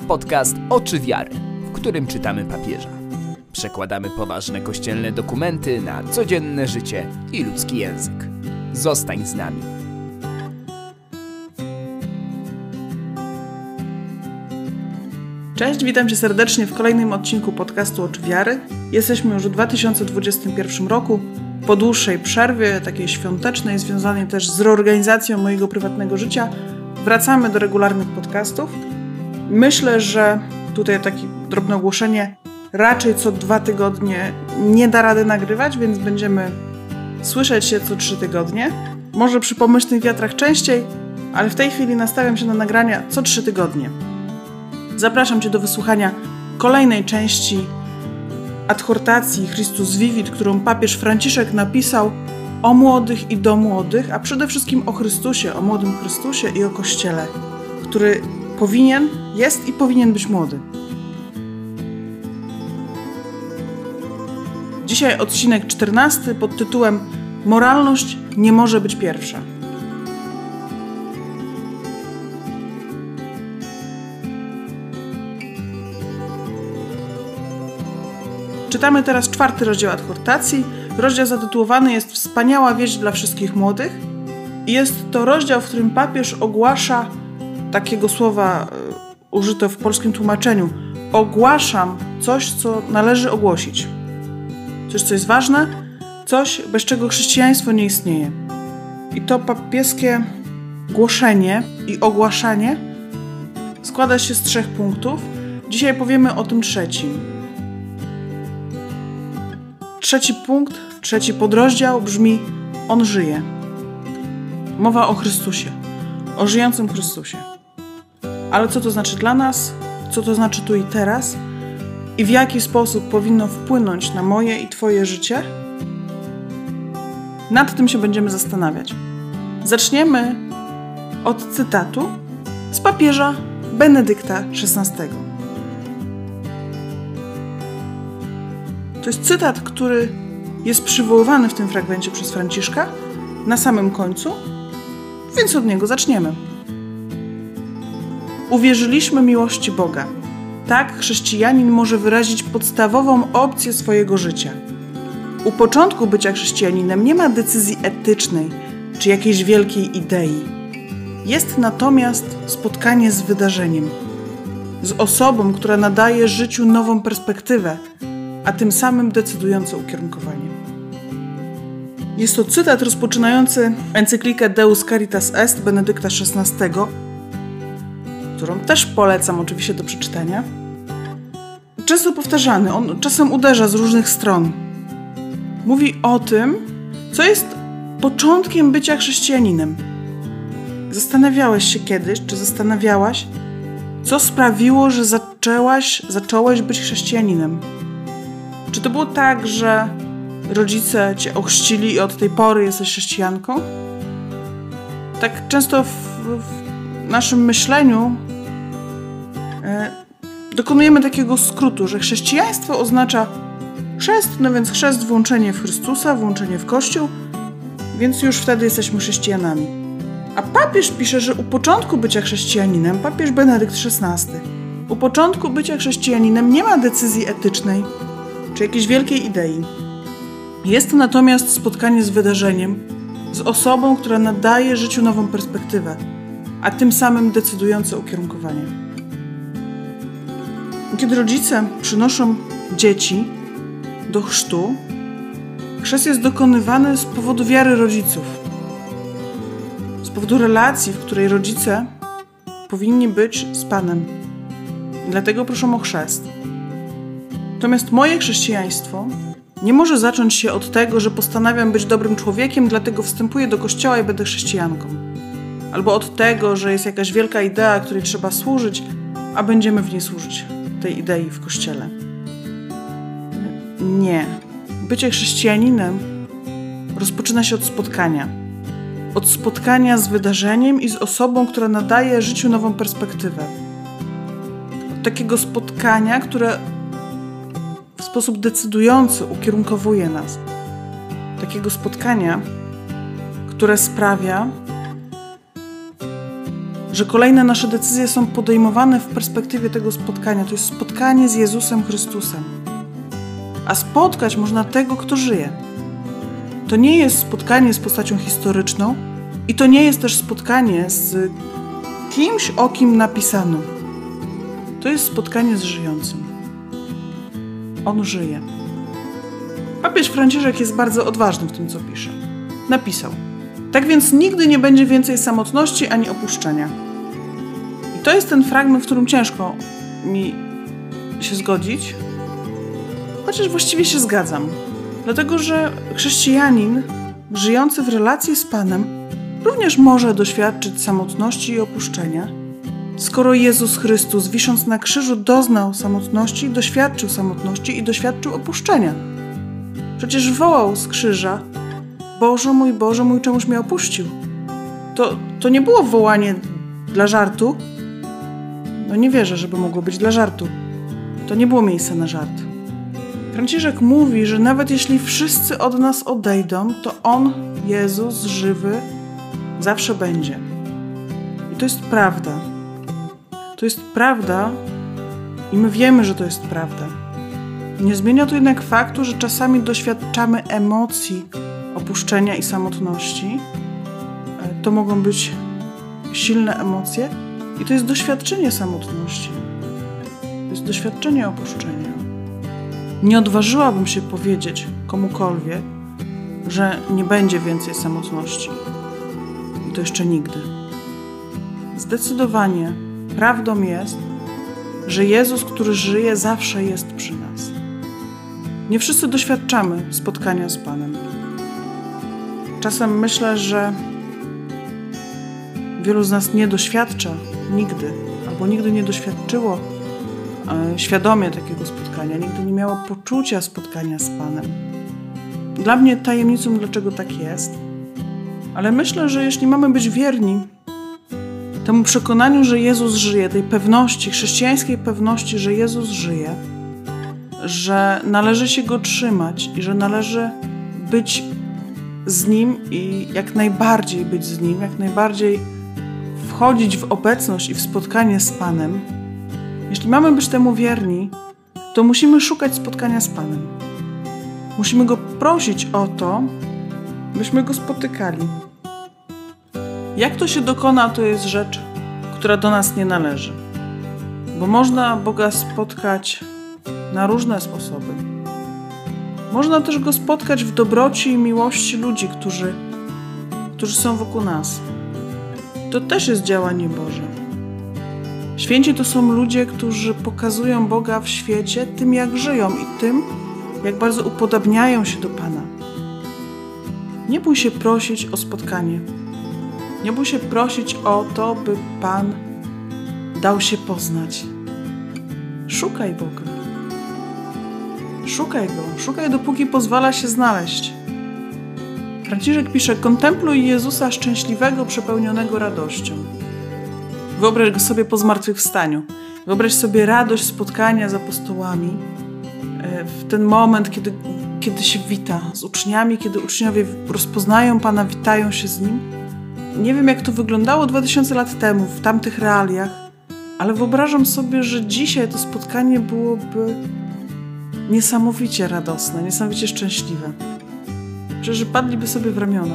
podcast Oczy Wiary, w którym czytamy papieża. Przekładamy poważne kościelne dokumenty na codzienne życie i ludzki język. Zostań z nami. Cześć, witam Cię serdecznie w kolejnym odcinku podcastu Oczy Wiary. Jesteśmy już w 2021 roku, po dłuższej przerwie, takiej świątecznej, związanej też z reorganizacją mojego prywatnego życia. Wracamy do regularnych podcastów. Myślę, że tutaj takie drobne ogłoszenie, raczej co 2 tygodnie nie da rady nagrywać, więc będziemy słyszeć się co 3 tygodnie. Może przy pomyślnych wiatrach częściej, ale w tej chwili nastawiam się na nagrania co 3 tygodnie. Zapraszam Cię do wysłuchania kolejnej części adhortacji Christus Vivit, którą papież Franciszek napisał o młodych i do młodych, a przede wszystkim o Chrystusie, o młodym Chrystusie i o Kościele, który jest i powinien być młody. Dzisiaj odcinek 14 pod tytułem Moralność nie może być pierwsza. Czytamy teraz 4. rozdział adhortacji. Rozdział zatytułowany jest Wspaniała wieść dla wszystkich młodych. I jest to rozdział, w którym papież ogłasza, takiego słowa użyte w polskim tłumaczeniu, ogłaszam coś, co należy ogłosić. Coś, co jest ważne, coś, bez czego chrześcijaństwo nie istnieje. I to papieskie głoszenie i ogłaszanie składa się z 3 punktów. Dzisiaj powiemy o tym 3. 3 punkt, 3 podrozdział brzmi: On żyje. Mowa o Chrystusie, o żyjącym Chrystusie. Ale co to znaczy dla nas? Co to znaczy tu i teraz? I w jaki sposób powinno wpłynąć na moje i Twoje życie? Nad tym się będziemy zastanawiać. Zaczniemy od cytatu z papieża Benedykta XVI. To jest cytat, który jest przywoływany w tym fragmencie przez Franciszka na samym końcu, więc od niego zaczniemy. Uwierzyliśmy miłości Boga. Tak chrześcijanin może wyrazić podstawową opcję swojego życia. U początku bycia chrześcijaninem nie ma decyzji etycznej czy jakiejś wielkiej idei. Jest natomiast spotkanie z wydarzeniem, z osobą, która nadaje życiu nową perspektywę, a tym samym decydujące ukierunkowanie. Jest to cytat rozpoczynający encyklikę Deus Caritas Est Benedykta XVI, którą też polecam oczywiście do przeczytania. Często powtarzany, on czasem uderza z różnych stron. Mówi o tym, co jest początkiem bycia chrześcijaninem. Zastanawiałeś się kiedyś, czy zastanawiałaś, co sprawiło, że zacząłeś być chrześcijaninem? Czy to było tak, że rodzice Cię ochrzcili i od tej pory jesteś chrześcijanką? Tak często w naszym myśleniu dokonujemy takiego skrótu, że chrześcijaństwo oznacza chrzest, no więc chrzest, włączenie w Chrystusa, włączenie w Kościół, więc już wtedy jesteśmy chrześcijanami. A papież pisze, że u początku bycia chrześcijaninem, papież Benedykt XVI, u początku bycia chrześcijaninem nie ma decyzji etycznej, czy jakiejś wielkiej idei. Jest to natomiast spotkanie z wydarzeniem, z osobą, która nadaje życiu nową perspektywę, a tym samym decydujące ukierunkowanie. Kiedy rodzice przynoszą dzieci do chrztu, chrzest jest dokonywany z powodu wiary rodziców, z powodu relacji, w której rodzice powinni być z Panem. I dlatego proszą o chrzest. Natomiast moje chrześcijaństwo nie może zacząć się od tego, że postanawiam być dobrym człowiekiem, dlatego wstępuję do kościoła i będę chrześcijanką. Albo od tego, że jest jakaś wielka idea, której trzeba służyć, a będziemy w niej służyć, tej idei w kościele. Nie. Bycie chrześcijaninem rozpoczyna się od spotkania. Od spotkania z wydarzeniem i z osobą, która nadaje życiu nową perspektywę. Od takiego spotkania, które w sposób decydujący ukierunkowuje nas. Takiego spotkania, które sprawia, że kolejne nasze decyzje są podejmowane w perspektywie tego spotkania. To jest spotkanie z Jezusem Chrystusem. A spotkać można tego, kto żyje. To nie jest spotkanie z postacią historyczną i to nie jest też spotkanie z kimś, o kim napisano. To jest spotkanie z żyjącym. On żyje. Papież Franciszek jest bardzo odważny w tym, co pisze. Napisał: tak więc nigdy nie będzie więcej samotności ani opuszczenia. I to jest ten fragment, w którym ciężko mi się zgodzić, chociaż właściwie się zgadzam. Dlatego, że chrześcijanin żyjący w relacji z Panem również może doświadczyć samotności i opuszczenia, skoro Jezus Chrystus, wisząc na krzyżu, doznał samotności, doświadczył samotności i doświadczył opuszczenia. Przecież wołał z krzyża: Boże mój, czemuś mnie opuścił. To nie było wołanie dla żartu. No nie wierzę, żeby mogło być dla żartu. To nie było miejsce na żart. Franciszek mówi, że nawet jeśli wszyscy od nas odejdą, to On, Jezus, żywy, zawsze będzie. I to jest prawda. To jest prawda i my wiemy, że to jest prawda. Nie zmienia to jednak faktu, że czasami doświadczamy emocji opuszczenia i samotności. To mogą być silne emocje i to jest doświadczenie samotności. To jest doświadczenie opuszczenia. Nie odważyłabym się powiedzieć komukolwiek, że nie będzie więcej samotności. I to jeszcze nigdy. Zdecydowanie prawdą jest, że Jezus, który żyje, zawsze jest przy nas. Nie wszyscy doświadczamy spotkania z Panem. Czasem myślę, że wielu z nas nie doświadcza nigdy, albo nigdy nie doświadczyło świadomie takiego spotkania, nigdy nie miało poczucia spotkania z Panem. Dla mnie tajemnicą, dlaczego tak jest, ale myślę, że jeśli mamy być wierni temu przekonaniu, że Jezus żyje, tej pewności, chrześcijańskiej pewności, że Jezus żyje, że należy się Go trzymać i że należy być z Nim i jak najbardziej być z Nim, jak najbardziej wchodzić w obecność i w spotkanie z Panem. Jeśli mamy być temu wierni, to musimy szukać spotkania z Panem. Musimy Go prosić o to, byśmy Go spotykali. Jak to się dokona, to jest rzecz, która do nas nie należy. Bo można Boga spotkać na różne sposoby. Można też Go spotkać w dobroci i miłości ludzi, którzy są wokół nas. To też jest działanie Boże. Święci to są ludzie, którzy pokazują Boga w świecie tym, jak żyją i tym, jak bardzo upodabniają się do Pana. Nie bój się prosić o spotkanie. Nie bój się prosić o to, by Pan dał się poznać. Szukaj Boga. Szukaj, dopóki pozwala się znaleźć. Franciszek pisze: kontempluj Jezusa szczęśliwego, przepełnionego radością. Wyobraź Go sobie po zmartwychwstaniu. Wyobraź sobie radość spotkania z apostołami. W ten moment, kiedy się wita z uczniami, kiedy uczniowie rozpoznają Pana, witają się z Nim. Nie wiem, jak to wyglądało 2000 lat temu, w tamtych realiach, ale wyobrażam sobie, że dzisiaj to spotkanie byłoby niesamowicie radosne, niesamowicie szczęśliwe. Że padliby sobie w ramiona.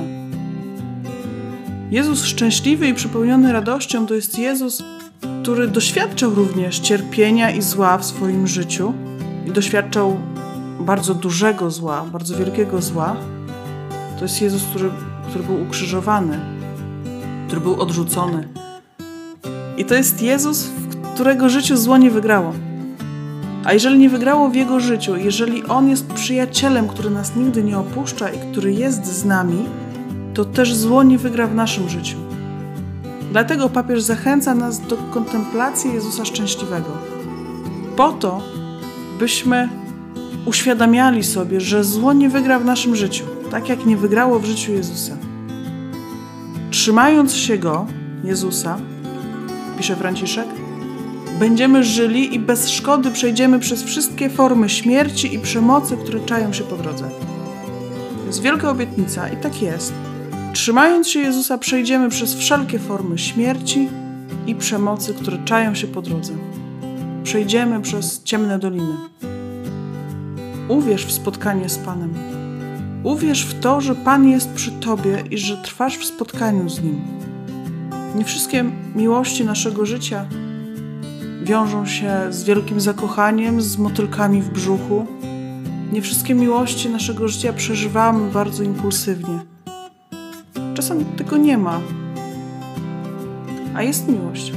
Jezus szczęśliwy i przepełniony radością to jest Jezus, który doświadczał również cierpienia i zła w swoim życiu i doświadczał bardzo dużego zła, bardzo wielkiego zła. To jest Jezus, który był ukrzyżowany, który był odrzucony. I to jest Jezus, w którego życiu zło nie wygrało. A jeżeli nie wygrało w Jego życiu, jeżeli On jest przyjacielem, który nas nigdy nie opuszcza i który jest z nami, to też zło nie wygra w naszym życiu. Dlatego papież zachęca nas do kontemplacji Jezusa szczęśliwego. Po to, byśmy uświadamiali sobie, że zło nie wygra w naszym życiu, tak jak nie wygrało w życiu Jezusa. Trzymając się Go, Jezusa, pisze Franciszek, będziemy żyli i bez szkody przejdziemy przez wszystkie formy śmierci i przemocy, które czają się po drodze. To jest wielka obietnica i tak jest. Trzymając się Jezusa przejdziemy przez wszelkie formy śmierci i przemocy, które czają się po drodze. Przejdziemy przez ciemne doliny. Uwierz w spotkanie z Panem. Uwierz w to, że Pan jest przy Tobie i że trwasz w spotkaniu z Nim. Nie wszystkie miłości naszego życia wiążą się z wielkim zakochaniem, z motylkami w brzuchu. Nie wszystkie miłości naszego życia przeżywamy bardzo impulsywnie. Czasem tego nie ma, a jest miłość.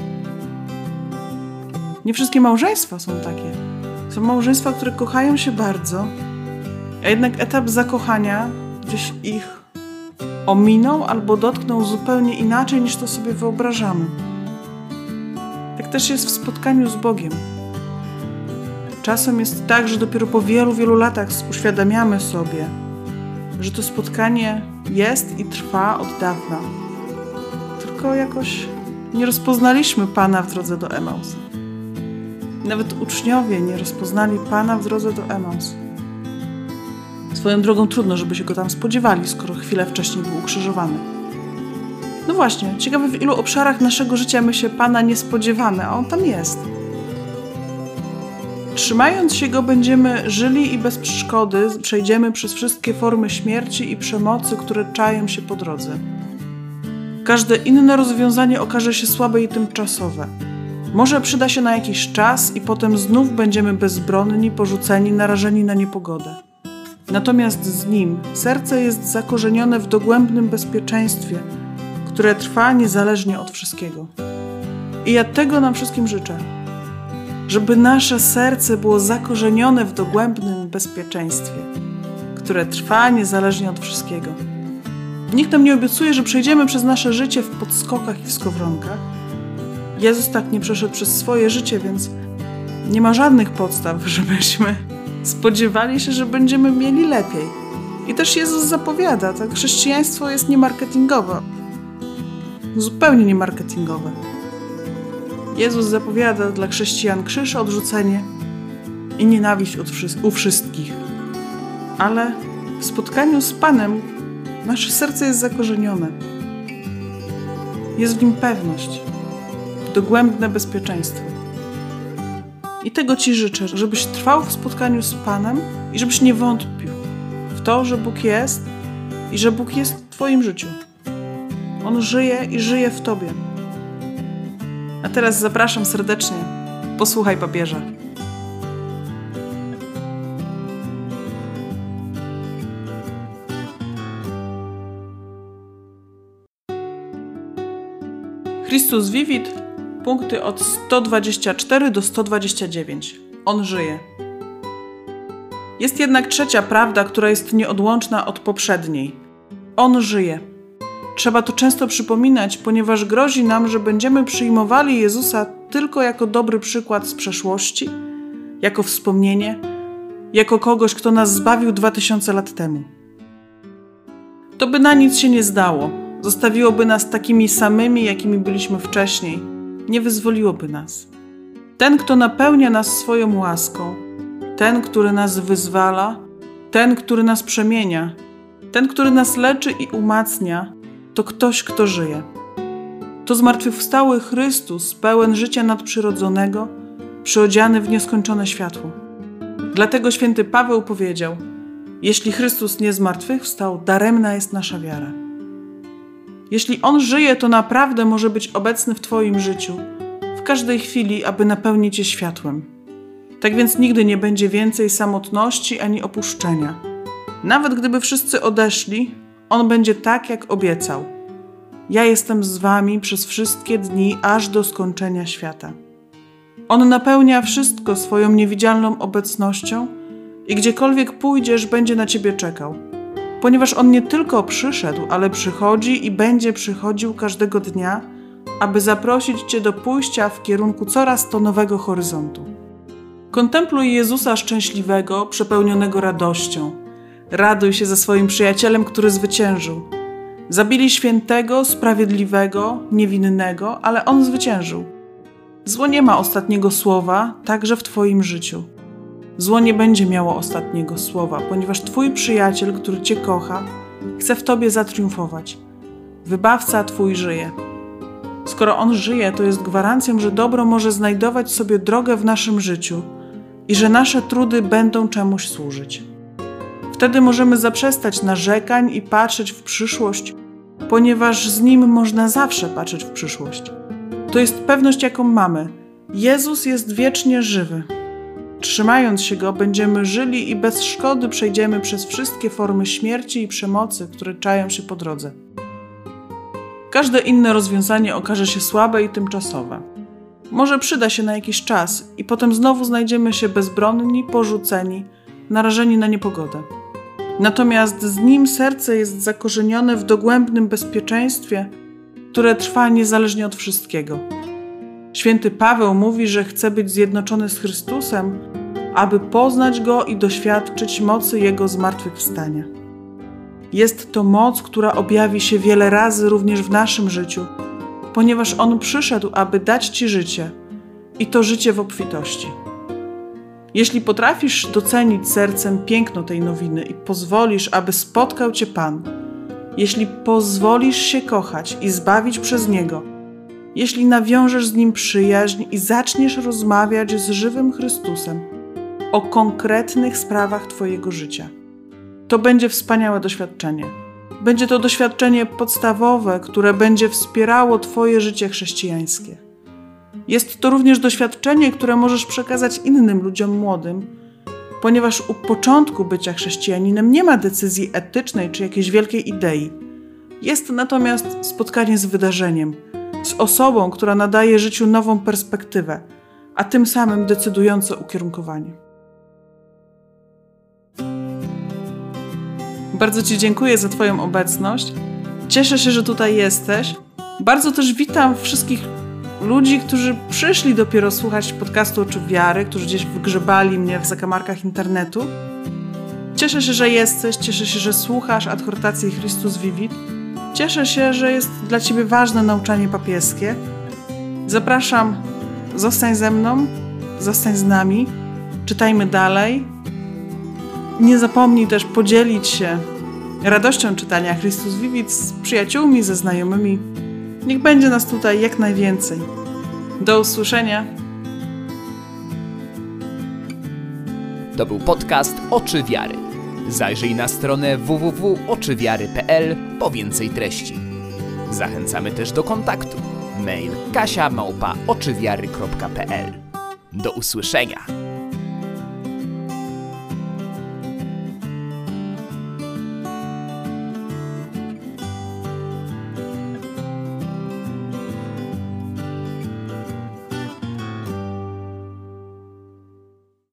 Nie wszystkie małżeństwa są takie. Są małżeństwa, które kochają się bardzo, a jednak etap zakochania gdzieś ich ominął albo dotknął zupełnie inaczej, niż to sobie wyobrażamy. Tak też jest w spotkaniu z Bogiem. Czasem jest tak, że dopiero po wielu, wielu latach uświadamiamy sobie, że to spotkanie jest i trwa od dawna. Tylko jakoś nie rozpoznaliśmy Pana w drodze do Emaus. Nawet uczniowie nie rozpoznali Pana w drodze do Emaus. Swoją drogą trudno, żeby się Go tam spodziewali, skoro chwilę wcześniej był ukrzyżowany. No właśnie, ciekawe w ilu obszarach naszego życia my się Pana nie spodziewamy, a On tam jest. Trzymając się Go będziemy żyli i bez przeszkody przejdziemy przez wszystkie formy śmierci i przemocy, które czają się po drodze. Każde inne rozwiązanie okaże się słabe i tymczasowe. Może przyda się na jakiś czas i potem znów będziemy bezbronni, porzuceni, narażeni na niepogodę. Natomiast z Nim serce jest zakorzenione w dogłębnym bezpieczeństwie, które trwa niezależnie od wszystkiego. I ja tego nam wszystkim życzę. Żeby nasze serce było zakorzenione w dogłębnym bezpieczeństwie, które trwa niezależnie od wszystkiego. Nikt nam nie obiecuje, że przejdziemy przez nasze życie w podskokach i w skowronkach. Jezus tak nie przeszedł przez swoje życie, więc nie ma żadnych podstaw, żebyśmy spodziewali się, że będziemy mieli lepiej. I też Jezus zapowiada, tak? Chrześcijaństwo jest niemarketingowe. Zupełnie niemarketingowe. Jezus zapowiada dla chrześcijan krzyż, odrzucenie i nienawiść u wszystkich. Ale w spotkaniu z Panem nasze serce jest zakorzenione. Jest w nim pewność, dogłębne bezpieczeństwo. I tego Ci życzę, żebyś trwał w spotkaniu z Panem i żebyś nie wątpił w to, że Bóg jest i że Bóg jest w Twoim życiu. On żyje i żyje w Tobie. A teraz zapraszam serdecznie. Posłuchaj papieża. Christus Vivit, punkty od 124 do 129. On żyje. Jest jednak trzecia prawda, która jest nieodłączna od poprzedniej. On żyje. Trzeba to często przypominać, ponieważ grozi nam, że będziemy przyjmowali Jezusa tylko jako dobry przykład z przeszłości, jako wspomnienie, jako kogoś, kto nas zbawił 2000 lat temu. To by na nic się nie zdało. Zostawiłoby nas takimi samymi, jakimi byliśmy wcześniej. Nie wyzwoliłoby nas. Ten, kto napełnia nas swoją łaską, ten, który nas wyzwala, ten, który nas przemienia, ten, który nas leczy i umacnia, to ktoś, kto żyje. To zmartwychwstały Chrystus, pełen życia nadprzyrodzonego, przyodziany w nieskończone światło. Dlatego święty Paweł powiedział: jeśli Chrystus nie zmartwychwstał, daremna jest nasza wiara. Jeśli On żyje, to naprawdę może być obecny w Twoim życiu, w każdej chwili, aby napełnić je światłem. Tak więc nigdy nie będzie więcej samotności ani opuszczenia. Nawet gdyby wszyscy odeszli, On będzie tak, jak obiecał. Ja jestem z Wami przez wszystkie dni, aż do skończenia świata. On napełnia wszystko swoją niewidzialną obecnością i gdziekolwiek pójdziesz, będzie na Ciebie czekał. Ponieważ On nie tylko przyszedł, ale przychodzi i będzie przychodził każdego dnia, aby zaprosić Cię do pójścia w kierunku coraz to nowego horyzontu. Kontempluj Jezusa szczęśliwego, przepełnionego radością. Raduj się ze swoim przyjacielem, który zwyciężył. Zabili świętego, sprawiedliwego, niewinnego, ale On zwyciężył. Zło nie ma ostatniego słowa, także w Twoim życiu. Zło nie będzie miało ostatniego słowa, ponieważ Twój przyjaciel, który Cię kocha, chce w Tobie zatriumfować. Wybawca Twój żyje. Skoro On żyje, to jest gwarancją, że dobro może znajdować sobie drogę w naszym życiu i że nasze trudy będą czemuś służyć. Wtedy możemy zaprzestać narzekań i patrzeć w przyszłość, ponieważ z Nim można zawsze patrzeć w przyszłość. To jest pewność, jaką mamy. Jezus jest wiecznie żywy. Trzymając się Go, będziemy żyli i bez szkody przejdziemy przez wszystkie formy śmierci i przemocy, które czają się po drodze. Każde inne rozwiązanie okaże się słabe i tymczasowe. Może przyda się na jakiś czas i potem znowu znajdziemy się bezbronni, porzuceni, narażeni na niepogodę. Natomiast z Nim serce jest zakorzenione w dogłębnym bezpieczeństwie, które trwa niezależnie od wszystkiego. Święty Paweł mówi, że chce być zjednoczony z Chrystusem, aby poznać Go i doświadczyć mocy Jego zmartwychwstania. Jest to moc, która objawi się wiele razy również w naszym życiu, ponieważ On przyszedł, aby dać Ci życie i to życie w obfitości. Jeśli potrafisz docenić sercem piękno tej nowiny i pozwolisz, aby spotkał Cię Pan, jeśli pozwolisz się kochać i zbawić przez Niego, jeśli nawiążesz z Nim przyjaźń i zaczniesz rozmawiać z żywym Chrystusem o konkretnych sprawach Twojego życia, to będzie wspaniałe doświadczenie. Będzie to doświadczenie podstawowe, które będzie wspierało Twoje życie chrześcijańskie. Jest to również doświadczenie, które możesz przekazać innym ludziom młodym, ponieważ u początku bycia chrześcijaninem nie ma decyzji etycznej czy jakiejś wielkiej idei. Jest natomiast spotkanie z wydarzeniem, z osobą, która nadaje życiu nową perspektywę, a tym samym decydujące ukierunkowanie. Bardzo Ci dziękuję za Twoją obecność. Cieszę się, że tutaj jesteś. Bardzo też witam wszystkich ludzi, którzy przyszli dopiero słuchać podcastu Oczy Wiary, którzy gdzieś wygrzebali mnie w zakamarkach internetu. Cieszę się, że jesteś, cieszę się, że słuchasz adhortacji Christus Vivit. Cieszę się, że jest dla Ciebie ważne nauczanie papieskie. Zapraszam, zostań ze mną, zostań z nami, czytajmy dalej. Nie zapomnij też podzielić się radością czytania Christus Vivit z przyjaciółmi, ze znajomymi. Niech będzie nas tutaj jak najwięcej. Do usłyszenia. To był podcast Oczy Wiary. Zajrzyj na stronę www.oczywiary.pl po więcej treści. Zachęcamy też do kontaktu. Mail kasia@oczywiary.pl. Do usłyszenia.